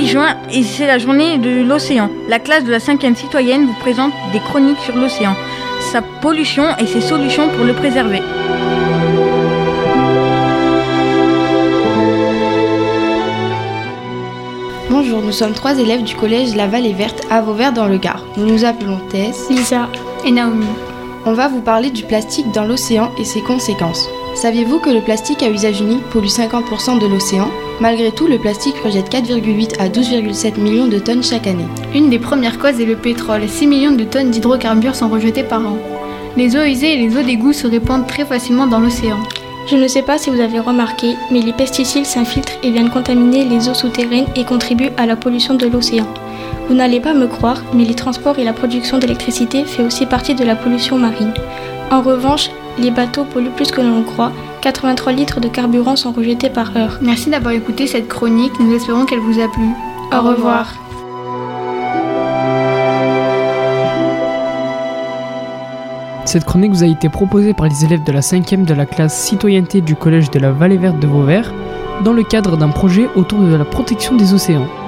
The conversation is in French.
8 juin et c'est la journée de l'océan. La classe de la 5e citoyenne vous présente des chroniques sur l'océan, sa pollution et ses solutions pour le préserver. Bonjour, nous sommes 3 élèves du collège La Vallée Verte à Vauvert dans le Gard. Nous nous appelons Tess, Lisa et Naomi. On va vous parler du plastique dans l'océan et ses conséquences. Saviez-vous que le plastique à usage unique pollue 50% de l'océan ? Malgré tout, le plastique rejette 4,8 à 12,7 millions de tonnes chaque année. Une des premières causes est le pétrole. 6 millions de tonnes d'hydrocarbures sont rejetées par an. Les eaux usées et les eaux d'égout se répandent très facilement dans l'océan. Je ne sais pas si vous avez remarqué, mais les pesticides s'infiltrent et viennent contaminer les eaux souterraines et contribuent à la pollution de l'océan. Vous n'allez pas me croire, mais les transports et la production d'électricité fait aussi partie de la pollution marine. En revanche, les bateaux polluent plus que l'on le croit. 83 litres de carburant sont rejetés par heure. Merci d'avoir écouté cette chronique, nous espérons qu'elle vous a plu. Au revoir. Cette chronique vous a été proposée par les élèves de la 5e de la classe citoyenneté du collège de la Vallée Verte de Vauvert dans le cadre d'un projet autour de la protection des océans.